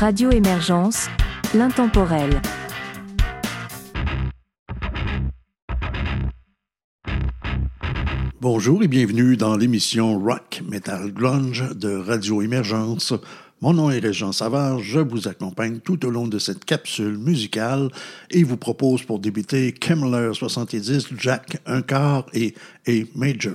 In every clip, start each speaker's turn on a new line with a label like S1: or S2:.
S1: Radio Émergence, l'intemporel.
S2: Bonjour et bienvenue dans l'émission Rock Metal Grunge de Radio Émergence. Mon nom est Régent Savard, je vous accompagne tout au long de cette capsule musicale et vous propose pour débuter Kemmler 70, Jack 1/4 et A Major.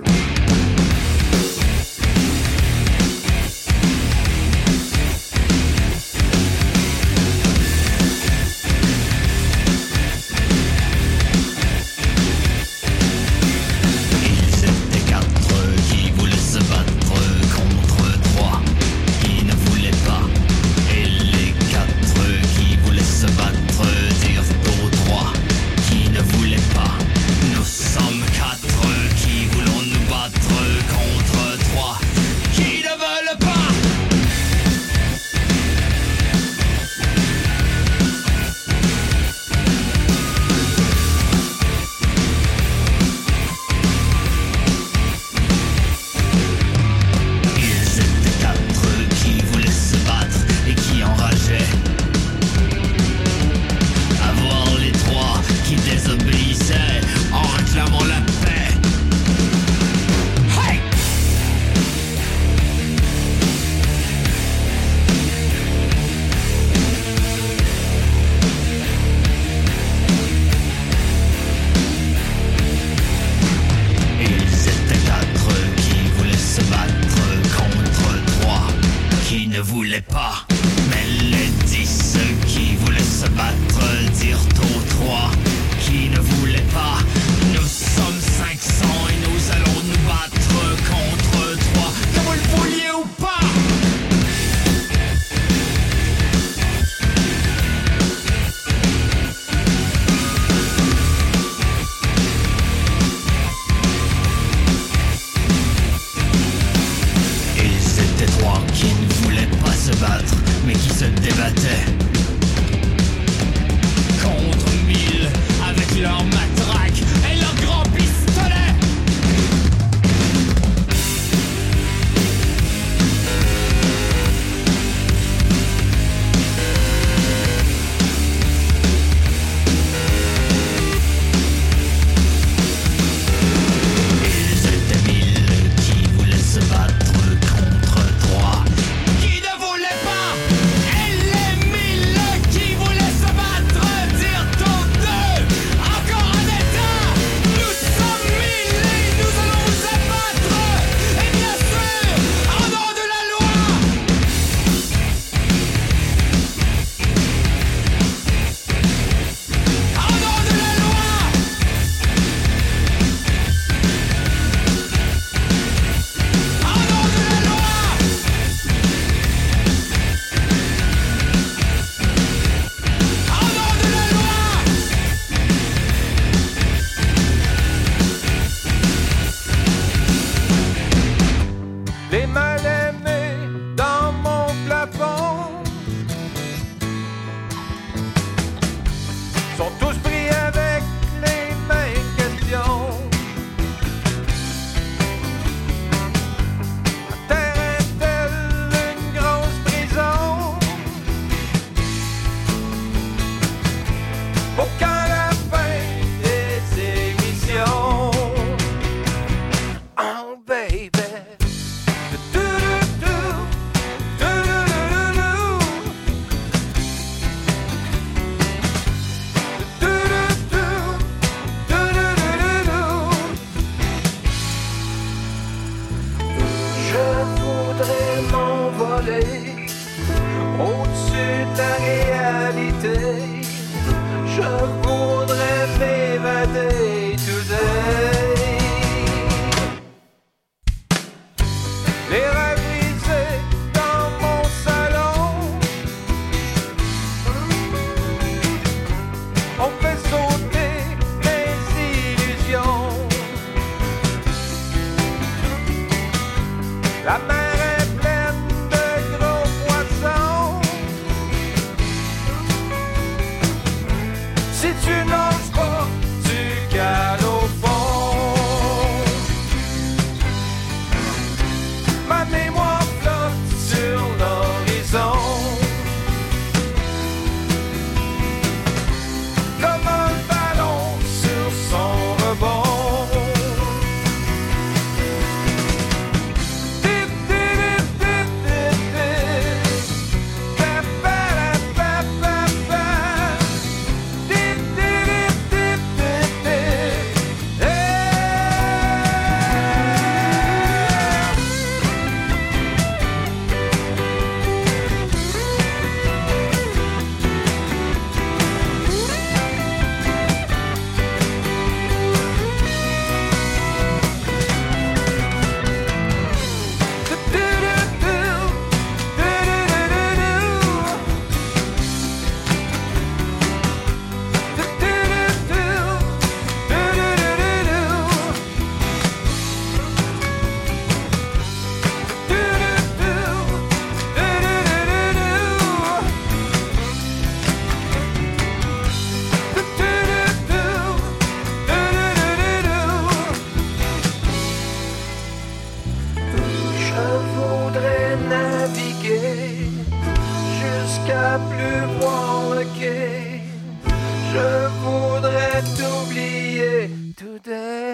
S3: Ma mémoire flotte sur l'horizon. prends le quai. Je voudrais t'oublier today.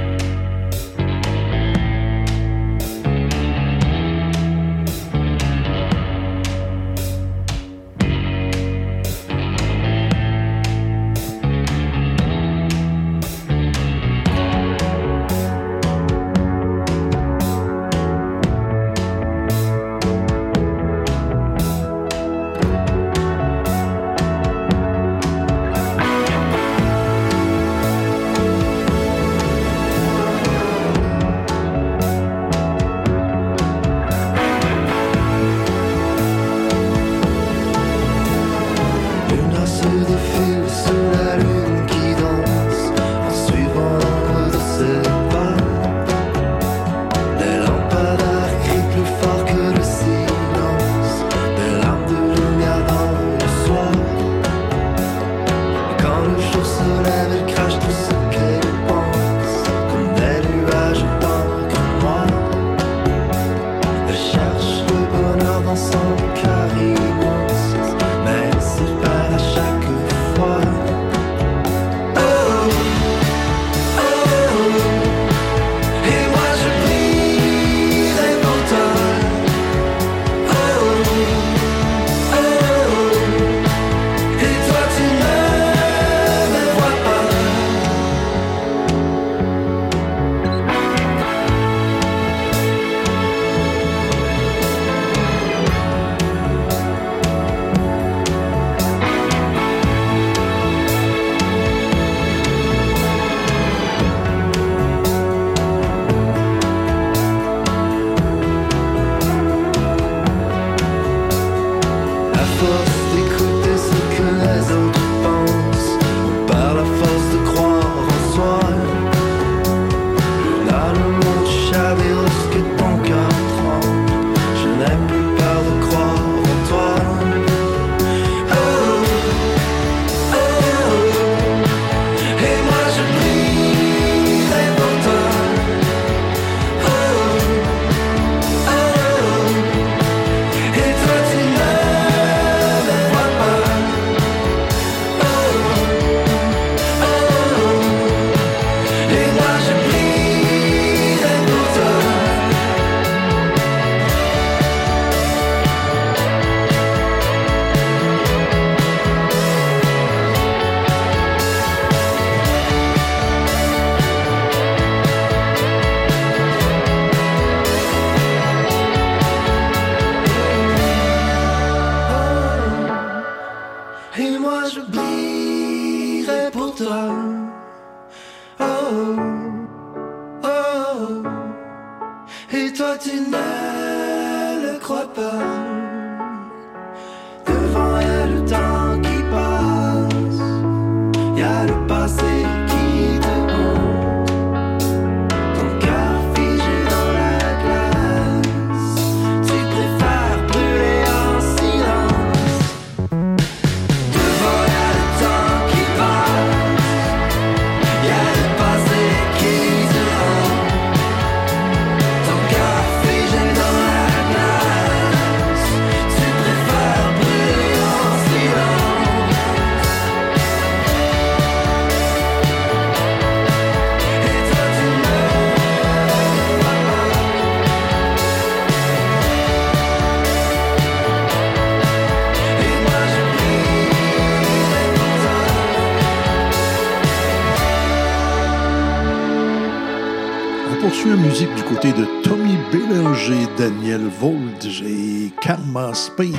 S2: Poursuit en musique du côté de Tommy Bélanger, Daniel Voldge et Karma Spain.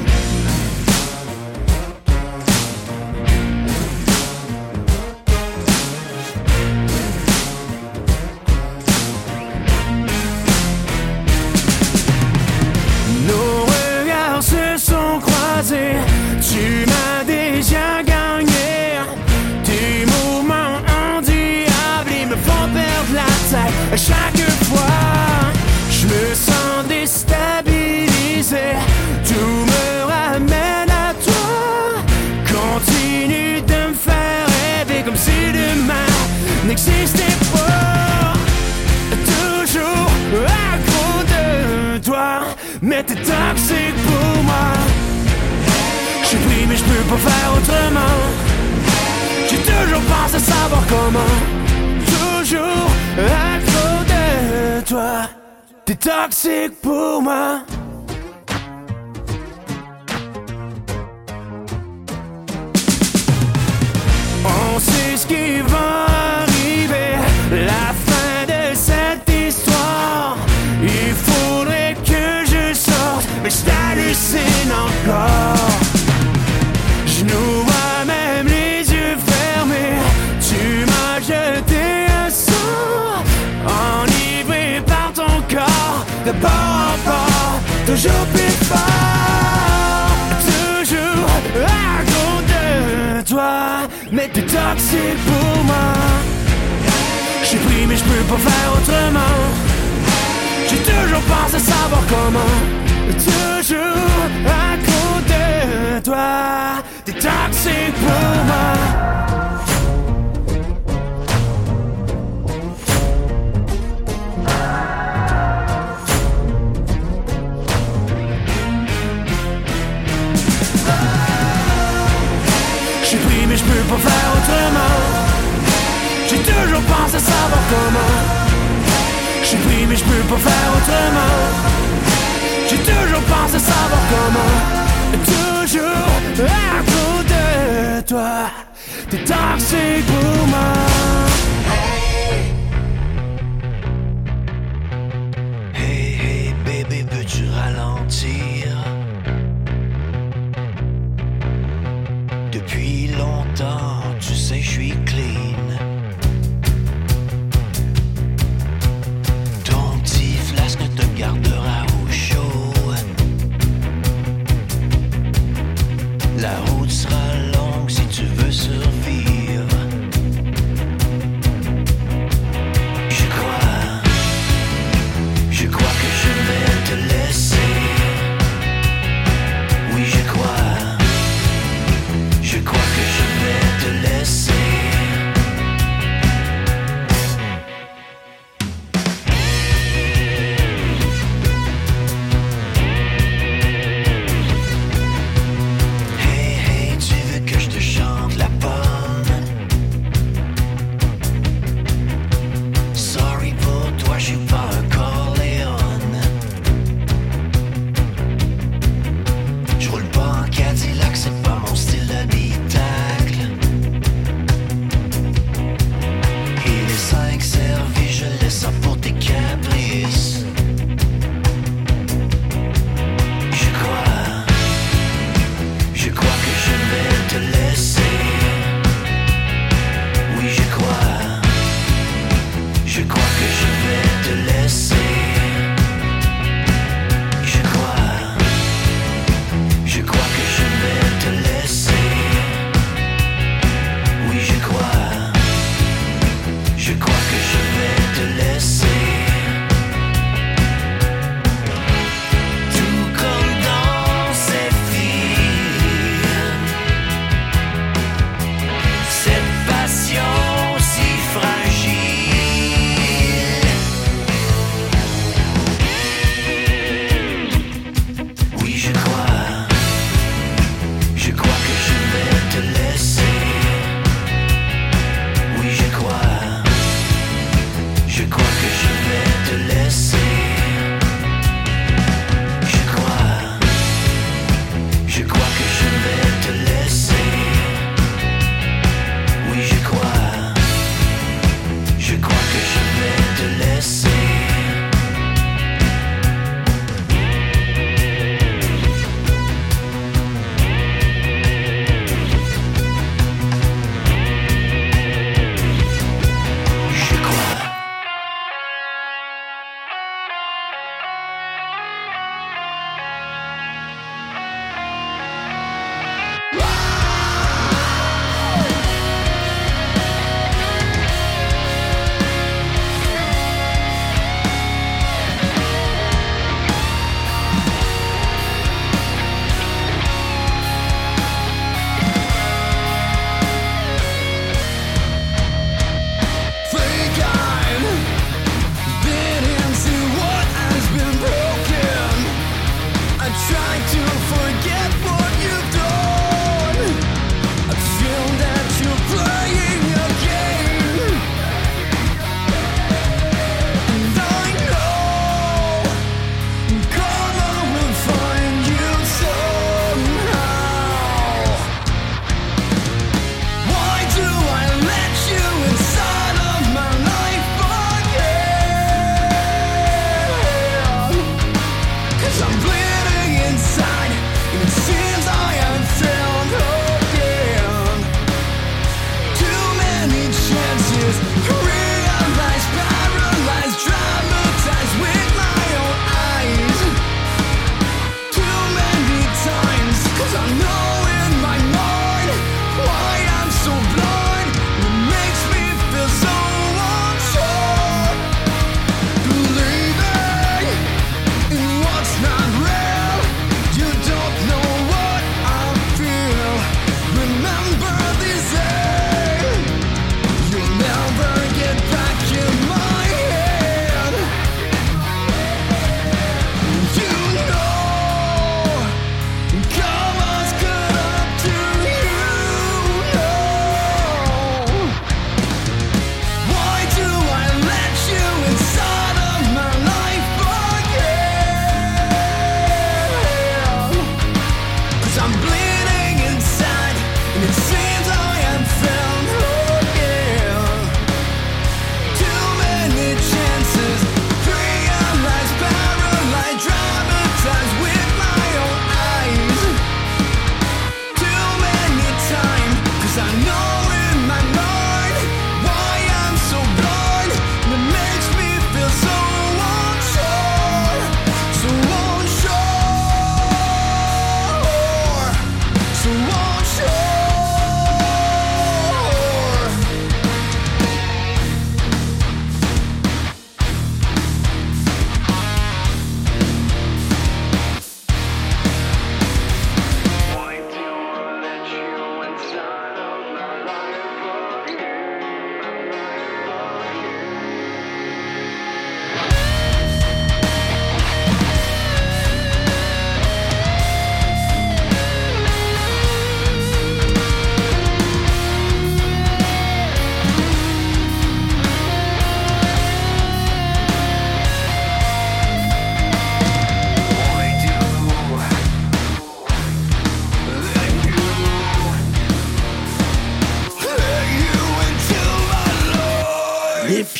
S3: Nos regards se sont croisés, tu m'as déjà gagné. Tes mouvements endiablés me font perdre la tête. À chaque fois, je me sens déstabilisé. Tout me ramène pas faire autrement. J'ai toujours pensé savoir comment. Toujours à côté de toi. T'es toxique pour moi. On sait ce qui va arriver, la fin de cette histoire. Il faudrait que je sorte, mais je t'hallucine encore. Je nous vois même les yeux fermés. Tu m'as jeté un sort, enivré par ton corps. De bord en bord, toujours plus fort. Toujours à côté de toi. Mais t'es toxique pour moi. J'ai pris mais je peux pas faire autrement. J'ai toujours pensé savoir comment. Toujours à côté de toi. T'es toxique pour moi. J'ai pris mais je peux pas faire autrement. J'ai toujours pensé savoir comment. J'ai pris mais je peux pas faire autrement. J'ai toujours pensé savoir comment. Toujours à côté de toi. T'es toxique pour moi.
S4: Hey, hey, baby, peux-tu ralentir? Depuis longtemps, tu sais, je suis clean. Ton petit flasque te gardera au chaud. La route sera longue si tu veux survivre. Je crois que je vais te laisser. Oui, je crois que je vais te laisser. Hey, hey, tu veux que je te chante la pomme?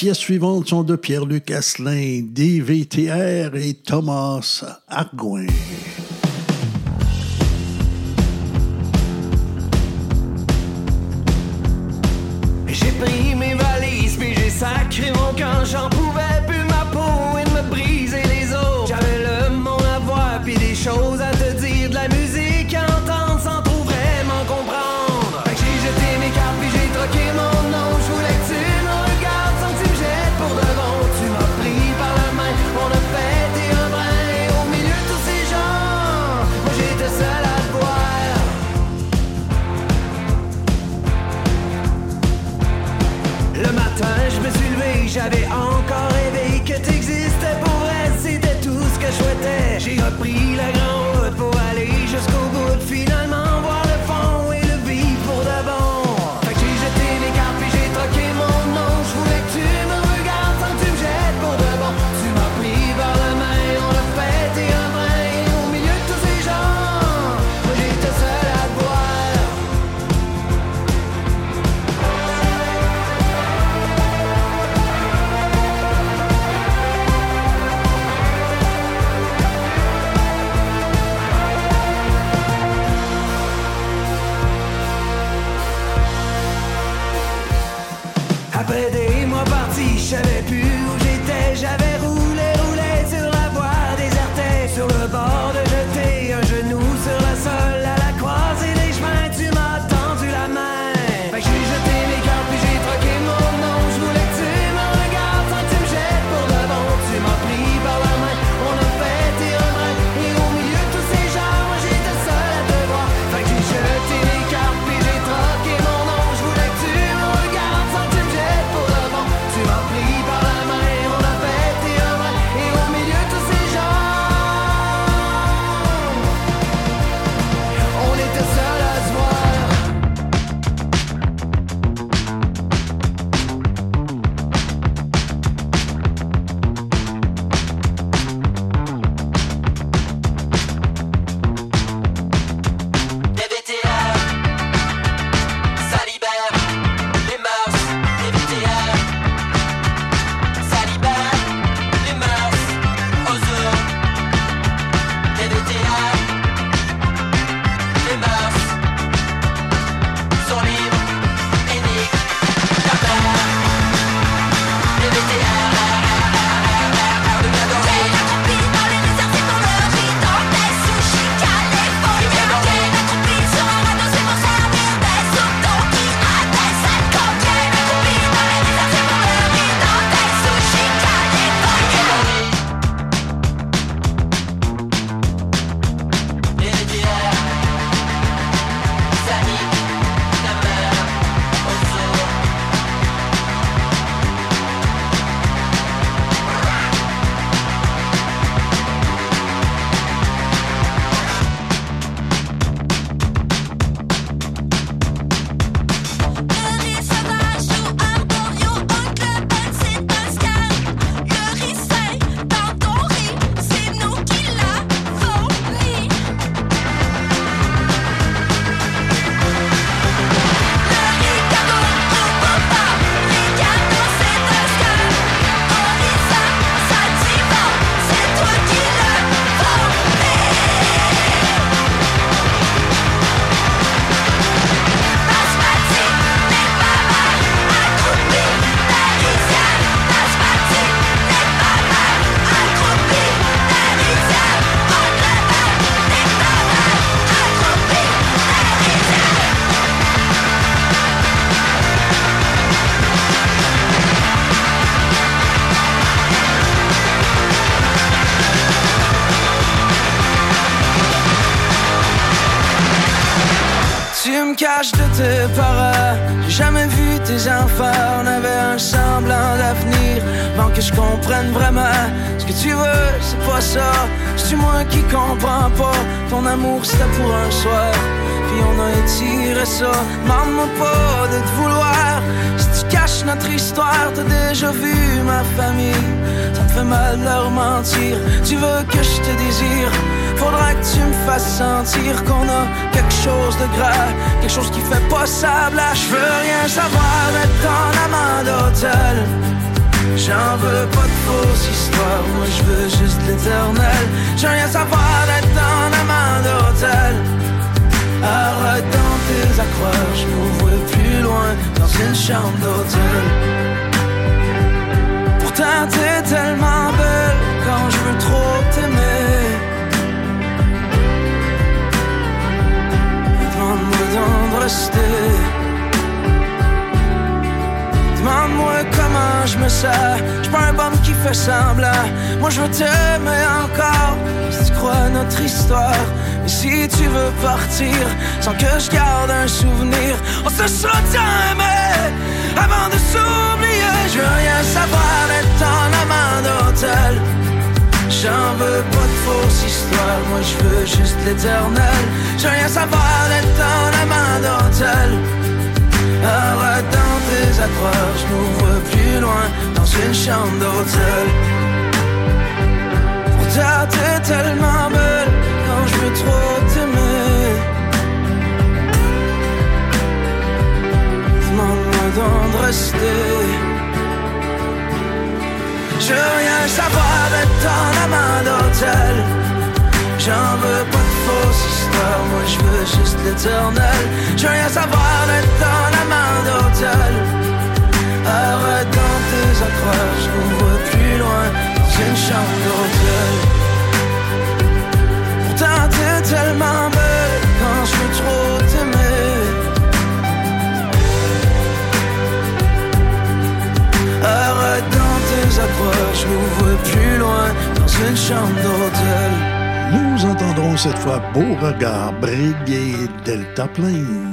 S2: pièces suivantes sont de Pierre-Luc Asselin, DVTR et Thomas Argouin.
S3: J'ai pris mes valises puis j'ai sacré mon camp. J'en pouvais plus ma peau et de me briser les os. J'avais le monde à voir puis des choses à te dire, de la musique à entendre sans trop vraiment comprendre. Fait que j'ai jeté mes cartes puis j'ai troqué mon nom. Je voulais que tu me regardes sans que tu me jettes pour de bon. Tu m'as pris par la main, on a fêté un brin. Et au milieu de tous ces gens, moi j'étais seul à te voir. Le matin, je me suis levé, j'avais encore rêvé que t'existais pour vrai, c'était tout ce que je souhaitais. J'ai repris la grande route pour aller jusqu'au bout, finalement voir le fond et le vivre pour de bon. Fait que j'ai jeté les cartes puis j'ai troqué mon nom. Je voulais que tu me regardes sans que tu me jettes pour de bon. Tu m'as pris par la main, on a fêté un brin. Et au milieu de tous ces gens, moi j'étais seul à te voir. Après des mois partis, je savais plus où j'étais. J'avais roulé sur la voie désertée, sur le bord de jeter un genou sur la sol. À la croisée des chemins, tu m'as tendu la main. Fait que j'ai jeté mes cartes puis j'ai troqué mon nom. Je voulais que tu me regardes sans que tu me jettes pour de bon. Tu m'as pris par la main, on a fêté un brin. Et au milieu de tous ces gens, moi j'étais seul à te voir. Fait que j'ai jeté mes cartes puis j'ai troqué mon nom. Je voulais que tu me regardes sans que tu me jettes pour de bon. Tu m'as pris par la main, on a fêté un brin. Et au milieu de tous ces gens, on était seuls à se voir.
S5: DVTR, ça libère les mœurs. DVTR, ça libère les mœurs. Ozone, DVTR, les mœurs sont libres et niquent ta mère. DVTR, devient doré.
S6: Dans les déserts, c'est pour le riz, dans des sushis californiens. Accroupis sur un radeau, c'est pour servir des autos qui adressent cette coquille. Accroupis dans les déserts, c'est pour le riz, dans des sushis californiens.
S5: DVTR, ça nique ta mère. Ozone.
S6: Le riz sauvage ou un borio au club, c'est un scam. Le riz c'est dans ton riz, c'est nous qui l'avons mis. Le riz cadeau ou papa, les cadeaux c'est un scam. Orisa, ça t'y va, c'est toi qui l'avons mis. Basmati, les babas, accroupis, parisienne. Basmati, les babas, accroupis, parisienne. On le bat, les babas, accroupis, parisienne.
S3: Tu me caches de tes parents, j'ai jamais vu tes enfants. On avait un semblant d'avenir, avant que je comprenne vraiment ce que tu veux, c'est pas ça. C'est moi qui comprends pas, ton amour c'était pour un soir. Puis on a étiré ça, demande-moi pas de te vouloir. Si tu caches notre histoire, t'as déjà vu ma famille. Ça me fait mal de leur mentir, tu veux que je te désire. Faudra que tu me fasses sentir qu'on a quelque chose de grave, quelque chose qui fait pas semblant. Je veux rien savoir d'être ton amant d'hôtel. J'en veux pas de fausses histoires, moi je veux juste l'éternel. J'ai rien à savoir d'être en amant d'hôtel. Arrête dans tes accroches, je m'ouvre plus loin dans une chambre d'hôtel. Pourtant t'es tellement belle quand je veux trop t'aimer. Demande-moi d'en rester. Demande-moi comment je me sens. J'suis pas un bum qui fait semblant. Moi je veux t'aimer encore. Si tu crois à notre histoire. Et si tu veux partir sans que je garde un souvenir, on se sera aimé avant de s'oublier. Je veux rien savoir d'être en amant d'hôtel. J'en veux pas de fausses histoires, moi je veux juste l'éternel. Je veux rien savoir d'être en amant d'hôtel. Arrête dans tes accroches, je m'ouvre plus loin dans une chambre d'hôtel. Pourtant t'es tellement belle quand je veux trop t'aimer. Demande-moi d'en rester. Je veux rien savoir d'être en amant d'hôtel. J'en veux pas de fausses histoires, moi je veux juste l'éternel. Je veux rien savoir d'être en amant d'hôtel. Arrête dans tes accroches, je m'ouvre plus loin dans une chambre d'hôtel. Pourtant t'es tellement belle quand je veux trop t'aimer. Arrête dans tes accroches, je m'ouvre plus loin dans une chambre d'hôtel.
S2: Nous entendrons cette fois Beauregard, Brig et Delta Plane.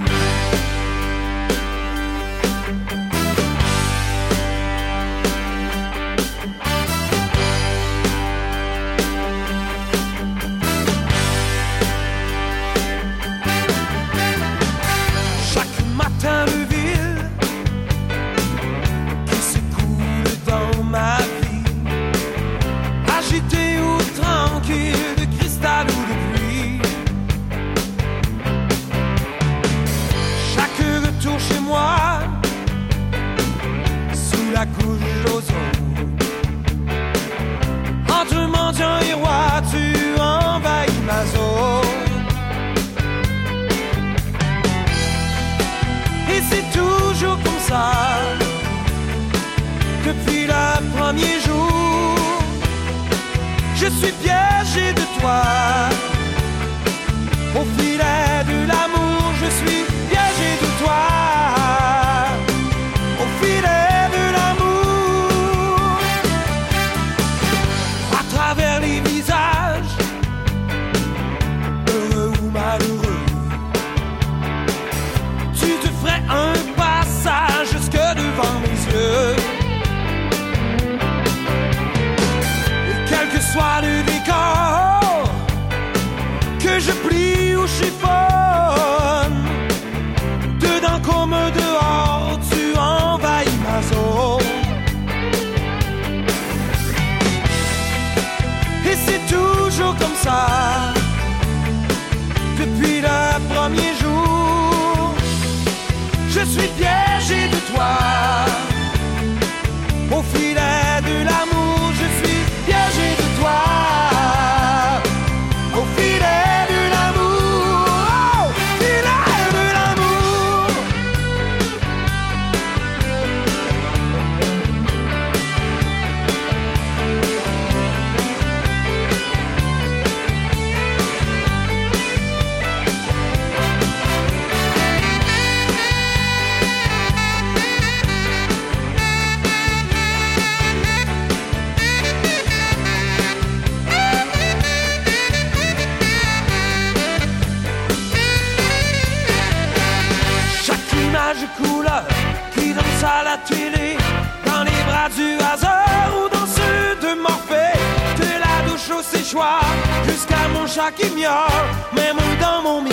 S3: Jusqu'à mon chat qui miaule, même dans mon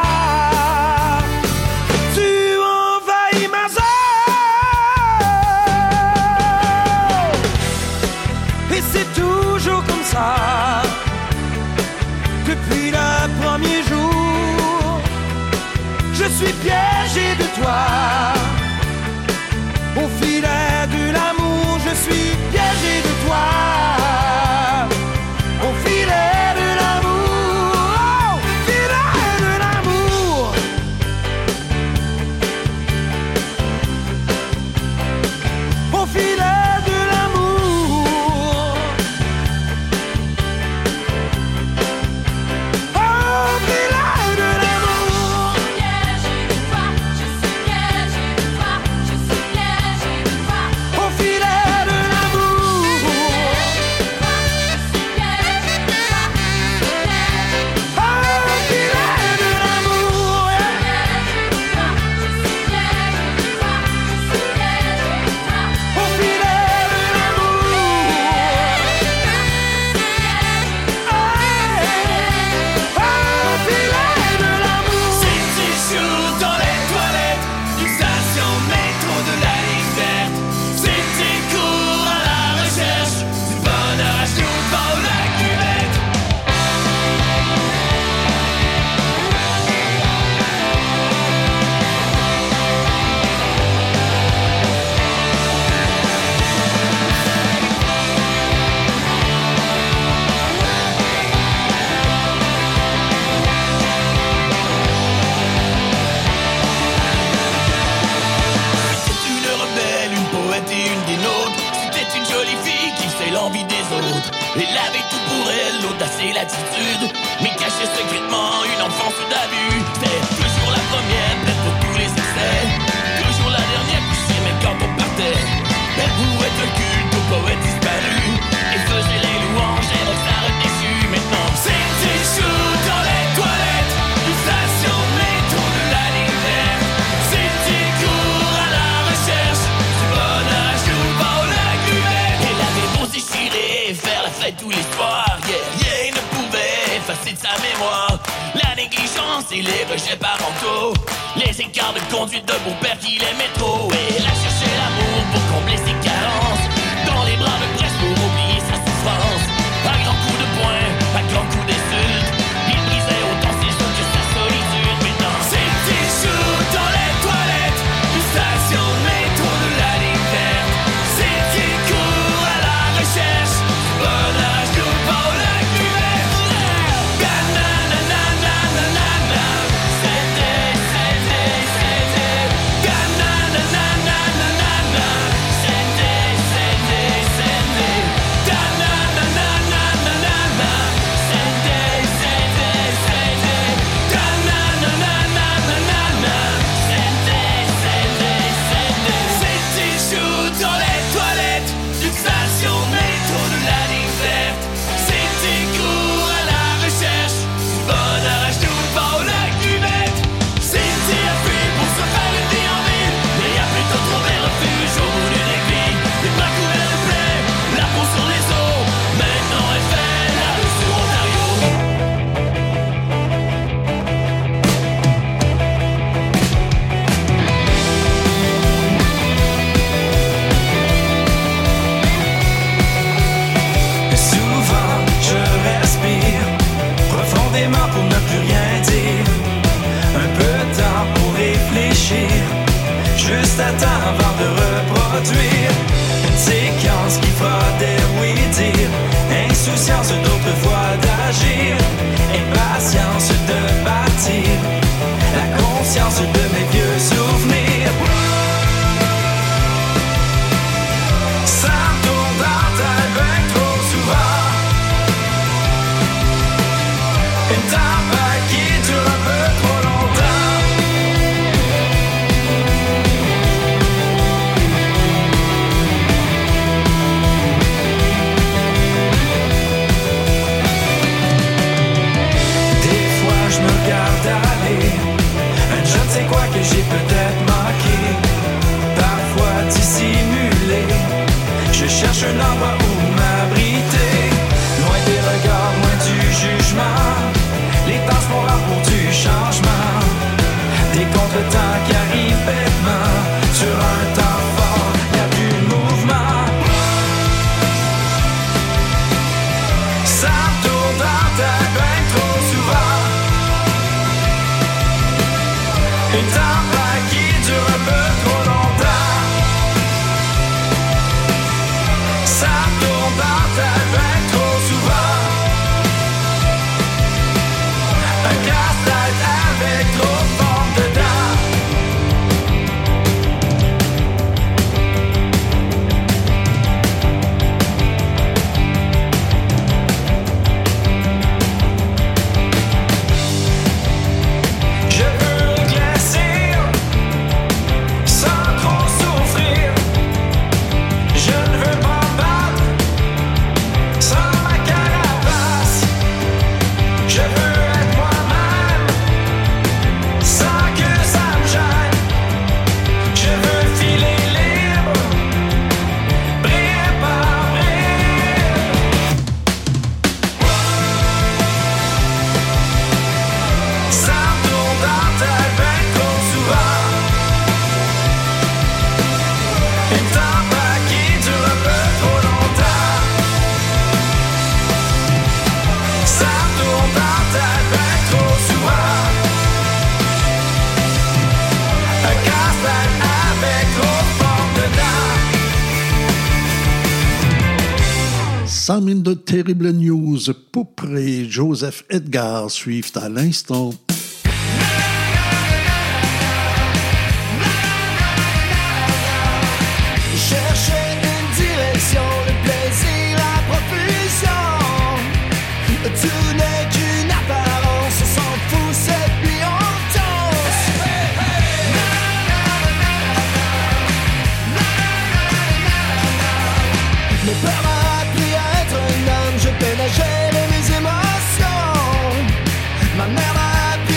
S3: miroir. Tu envahis ma zone. Et c'est toujours comme ça. Depuis le premier jour, je suis piégé de toi. Au filet de l'amour, je suis piégé de toi. Au filet de l'amour, au filet de l'amour. Au filet de l'amour. Au filet de l'amour.
S6: Je suis piégé de toi, je suis piégé de toi,
S3: Au filet de l'amour.
S7: Elle avait tout pour elle, l'audace et l'attitude, mais cachait secrètement une enfance d'abus. C'était toujours la première, prête pour tous les excès, toujours la dernière couchée, même quand on partait. Elle vouait un culte au poète disparu et faisait les louanges des rockstars déçus. Maintenant, c'était chaud dans les toilettes, une station de métro de la ligne verte. C'était court à la recherche du bonheur à Jouba ou la cuvette. Elle avait beau déchirer, faire la fête tous les soirs, rien ne pouvait effacer de sa mémoire la négligence et les rejets parentaux, les écarts de conduite de beau-père qui l'aimait trop. Et elle a cherché l'amour pour combler ses carences, dans les bras de presse pour oublier sa souffrance. À grands coups de poing, à grands coups d'insultes, il brisait autant ses jours que sa solitude. Maintenant, c'était chaud dans les toilettes, une station de métro de la ligne verte. C'était court à la recherche du bonheur à Jouba ou la cuvette. Ga-na-na-na-na-na-na-na. C'était Ga-na-na-na-na-na-na-na. C'était Ga-na-na-na-na-na-na. C'était Ga-na-na-na-na-na-na. C'était chaud dans les toilettes d'une station de métro de la ligne verte. C'était court à la recherche du bonheur à Jouba ou la cuvette. C'était à fuir pour se faire une vie en ville, mais a plutôt trouvé refuge au bout d'une aiguille. Les bras couverts de plaies, la peau sur les os. Maintenant elle fait la rue sur Ontario.
S3: Souvent je respire profondément pour ne plus rien dire. Un peu de temps pour réfléchir, juste à temps avant de reproduire une séquence qui fera des oui-dire. Insouciance d'autres voies d'agir, impatience de bâtir la conscience de mes vieux souvenirs. Ça me tourne dans ta tête trop souvent. Une tempête qui dure un peu trop longtemps. Des fois je me regarde aller, un je ne sais quoi que j'ai peut-être manqué, parfois dissimulé. Je cherche un endroit où m'abriter, loin des regards, loin du jugement. Les temps sont rares pour du changement, des contretemps qui arrivent bêtement. Sur un temps fort, y'a plus de mouvement. Ça me tourne dans ta tête trop souvent. Une tempête qui dure un peu trop longtemps.
S2: Sans mine de terribles news, Poupre et Joseph Edgar suivent à l'instant.
S3: Chercher une direction, le plaisir, la profusion. Tout n'est qu'une apparence, on s'en fout, cette nuit on danse. Mon père m'a appris à être un homme, je peine à gérer mes émotions. Ma mère m'a appris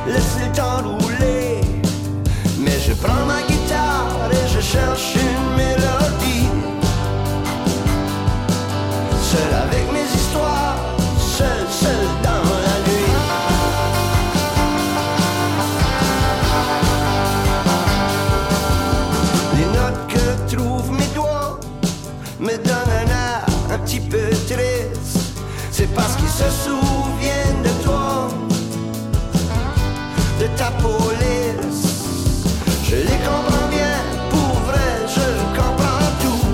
S8: laissez le temps rouler. Mais je prends ma guitare et je cherche une mélodie. Seul avec mes histoires, seul dans la nuit. Les notes que trouvent mes doigts me donnent un air un petit peu triste. C'est parce qu'ils se souviennent de toi, de ta police. Je les comprends bien, pour vrai, je comprends tout.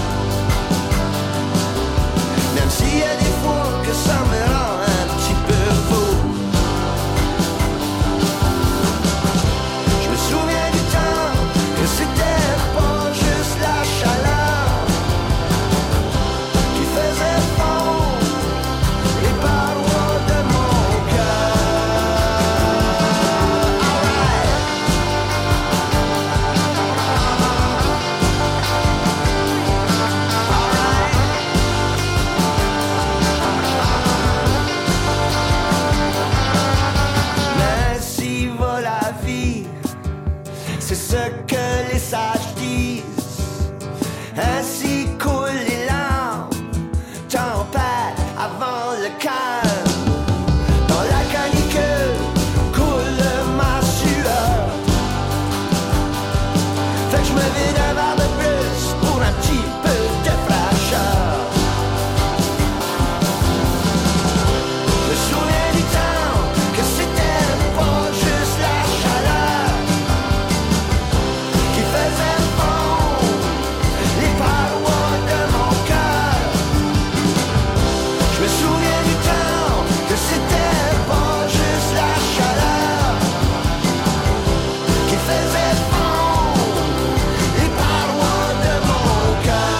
S8: Même s'il y a des fois que ça me rend un petit peu fou. Je me souviens du temps que c'était pas juste la chaleur qui faisait fondre les parois de mon cœur. Mais ainsi va la vie, c'est ce que les sages disent. Ainsi coulent les larmes, tempête avant le calme. Dans la canicule coule ma sueur. Fait que je me vide un verre de plus pour un petit peu de fraîcheur. Je me souviens du temps que c'était pas juste la chaleur qui faisait fondre les parois de mon cœur. Je me souviens du temps que c'était pas juste la chaleur qui faisait fondre les parois de mon cœur.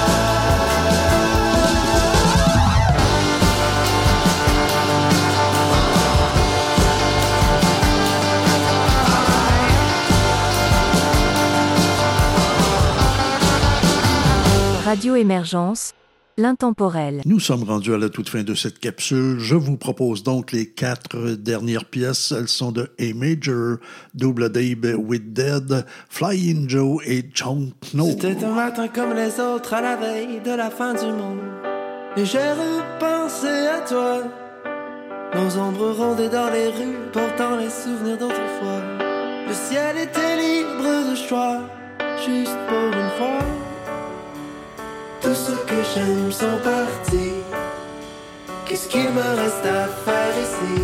S1: Radio Émergence, l'intemporel.
S2: Nous sommes rendus à la toute fin de cette capsule. Je vous propose donc les 4 dernières pièces. Elles sont de A Major, Double Dave with Dead, Flying Joe et Chunk No.
S3: C'était un matin comme les autres à la veille de la fin du monde. Et j'ai repensé à toi. Nos ombres rôdaient dans les rues, portant les souvenirs d'autrefois. Le ciel était libre de choix, juste pour une fois. Tous ceux que j'aime sont partis. Qu'est-ce qu'il me reste à faire ici?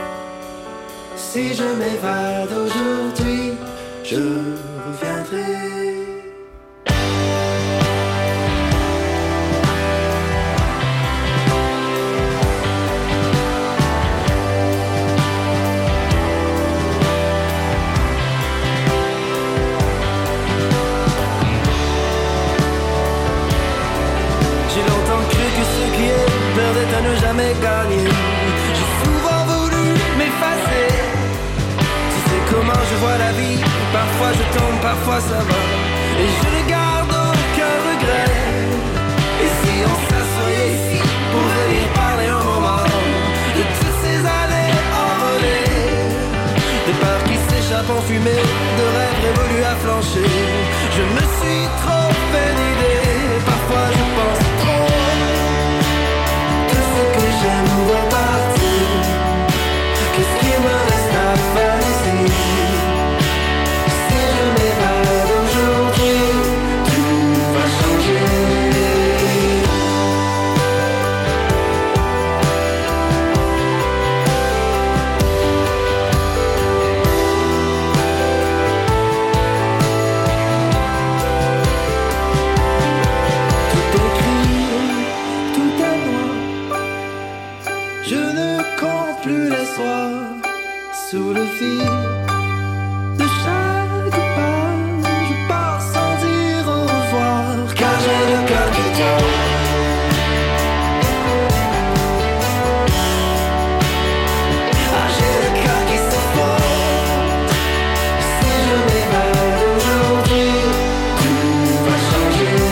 S3: Si je m'évade aujourd'hui, je reviendrai. J'ai longtemps cru que ce qui est perdait à ne jamais gagner. J'ai souvent voulu m'effacer. Tu sais comment je vois la vie. Parfois je tombe, parfois ça va. Et je ne garde aucun regret. Et si on s'assoyait ici pour venir parler un moment de toutes ces années envolées, des peurs qui s'échappent en fumée, de rêves révolus à flancher. Je me suis trop fait d'idées. Parfois je pense trop. Tout ce que j'aime va partir. Qu'est-ce qu'il me reste à faire ici? Si je m'évade aujourd'hui, tout va changer. Tout écrit, tout à moi. Je ne compte plus les soirs sous le fil de chaque pas. Je pars sans dire au revoir, car j'ai le cœur qui tombe. Ah, j'ai le cœur qui s'effondre. Si je m'évade aujourd'hui, tout va changer.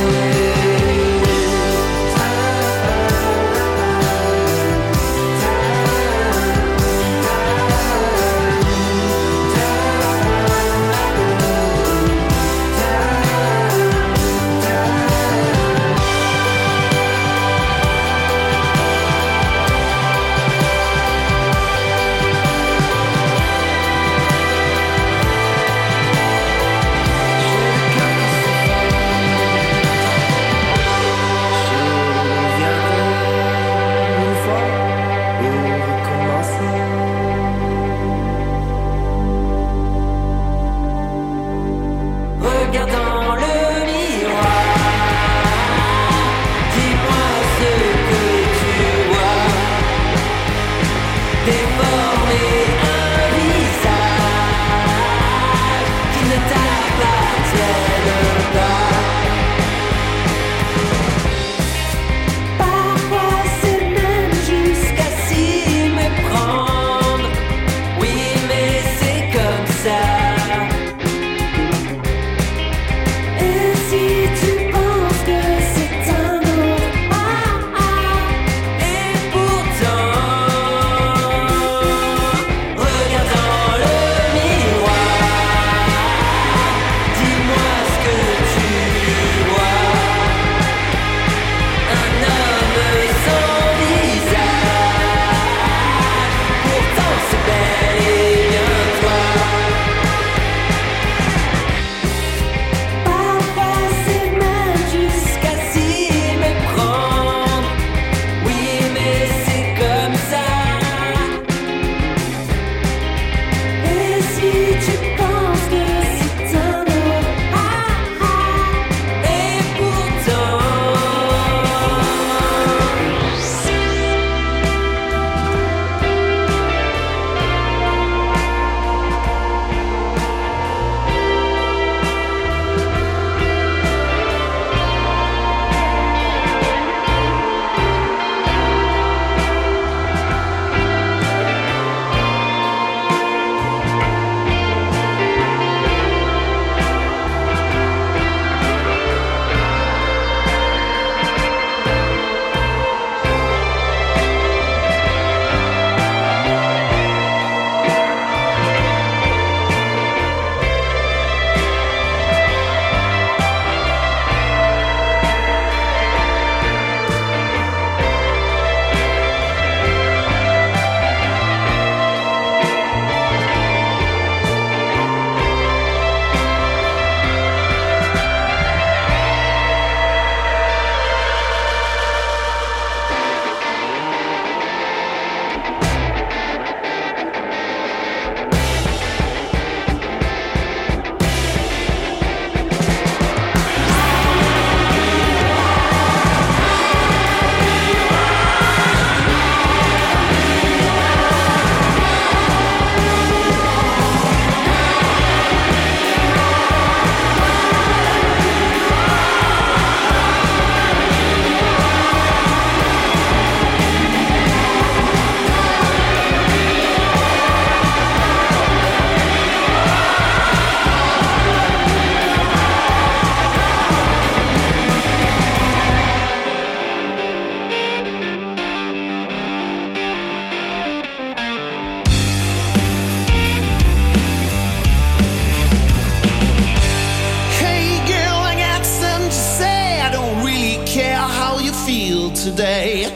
S8: today.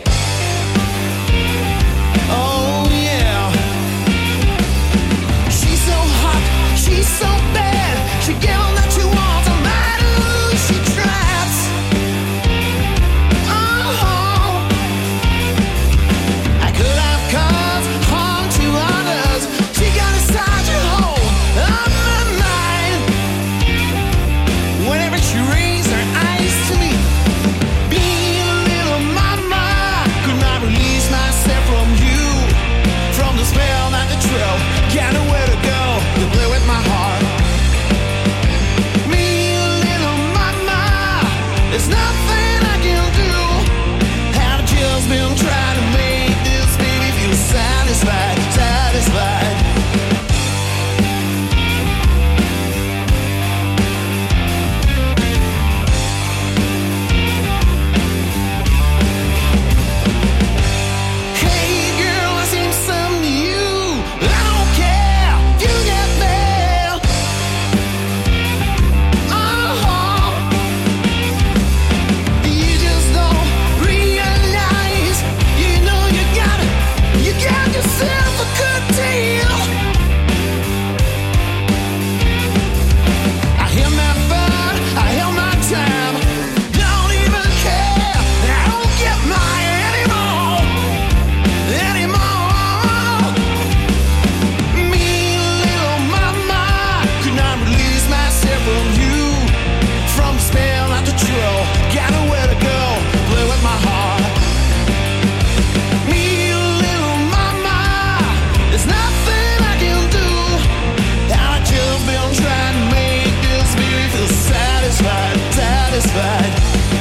S8: Oh yeah. She's so hot, she's so bad. She get all that you want, no matter who she traps. Oh, I could have caused harm to others. She got inside your hold of my mind. Whenever she raised her eyes to me, being a little mama, could not release myself from you, from the spell that the trail. Got nowhere to go, to play with my heart. Me, a little mama, there's nothing I can do. I've just been trying to make this baby feel satisfied, satisfied. Hey girl, I seen something to you. I don't care if you get mad. Oh, you just don't realize. You know you got yourself a good deal. I held my fun, I held my time. Don't even care. I don't get mine anymore. Me, little mama, could not release myself from you, from the spell not to control. Got nowhere to go, play with my heart. Me, little mama, there's nothing I can do. I've just been trying to make this baby feel satisfied, satisfied.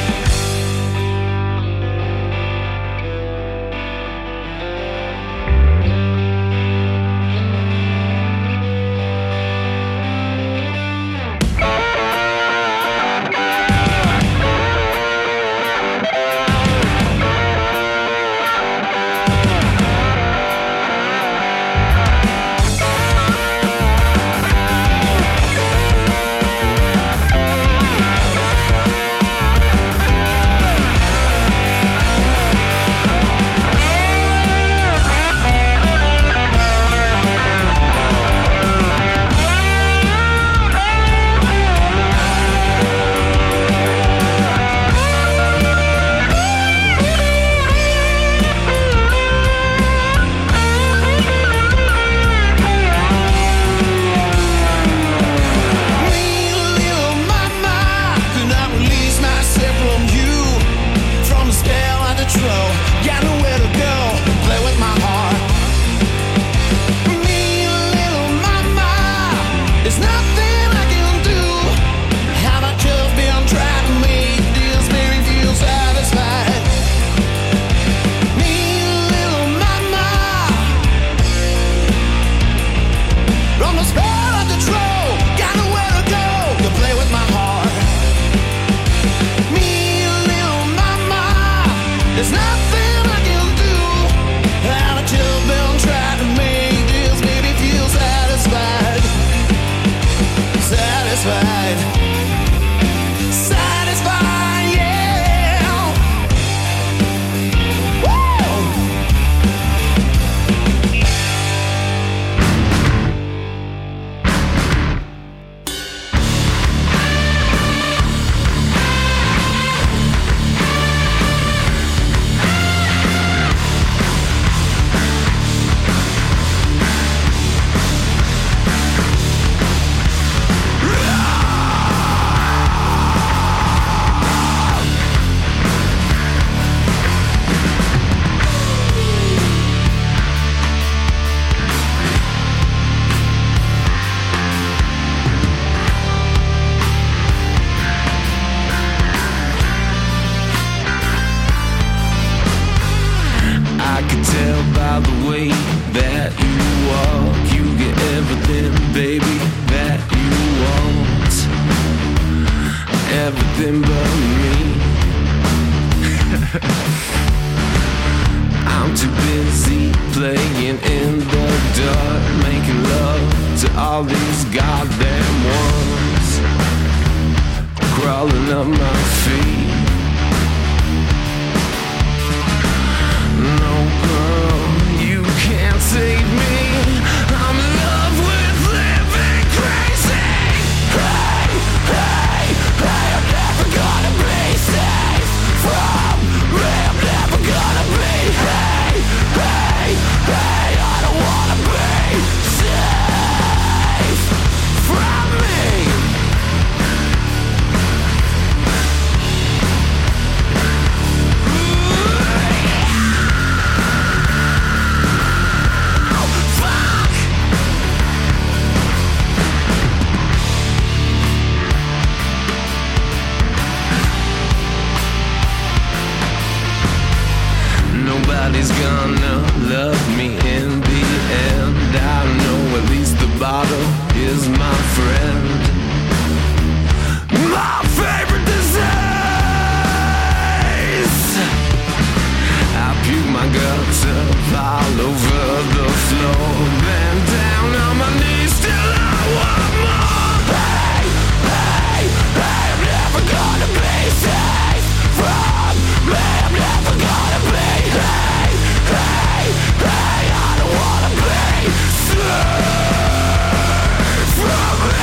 S3: Everything but me. I'm too busy playing in the dark, making love to all these goddamn ones crawling up my feet. bottle is my friend. My favorite disease. I puke my guts up all over the floor. Bend down on my knees till I want more. Hey, hey, hey, I'm never gonna be safe from me. I'm never gonna be. Hey, hey, hey, I don't wanna be safe from me.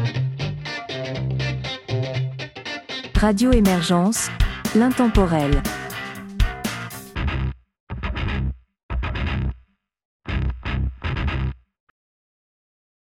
S1: Radio Émergence, l'intemporel.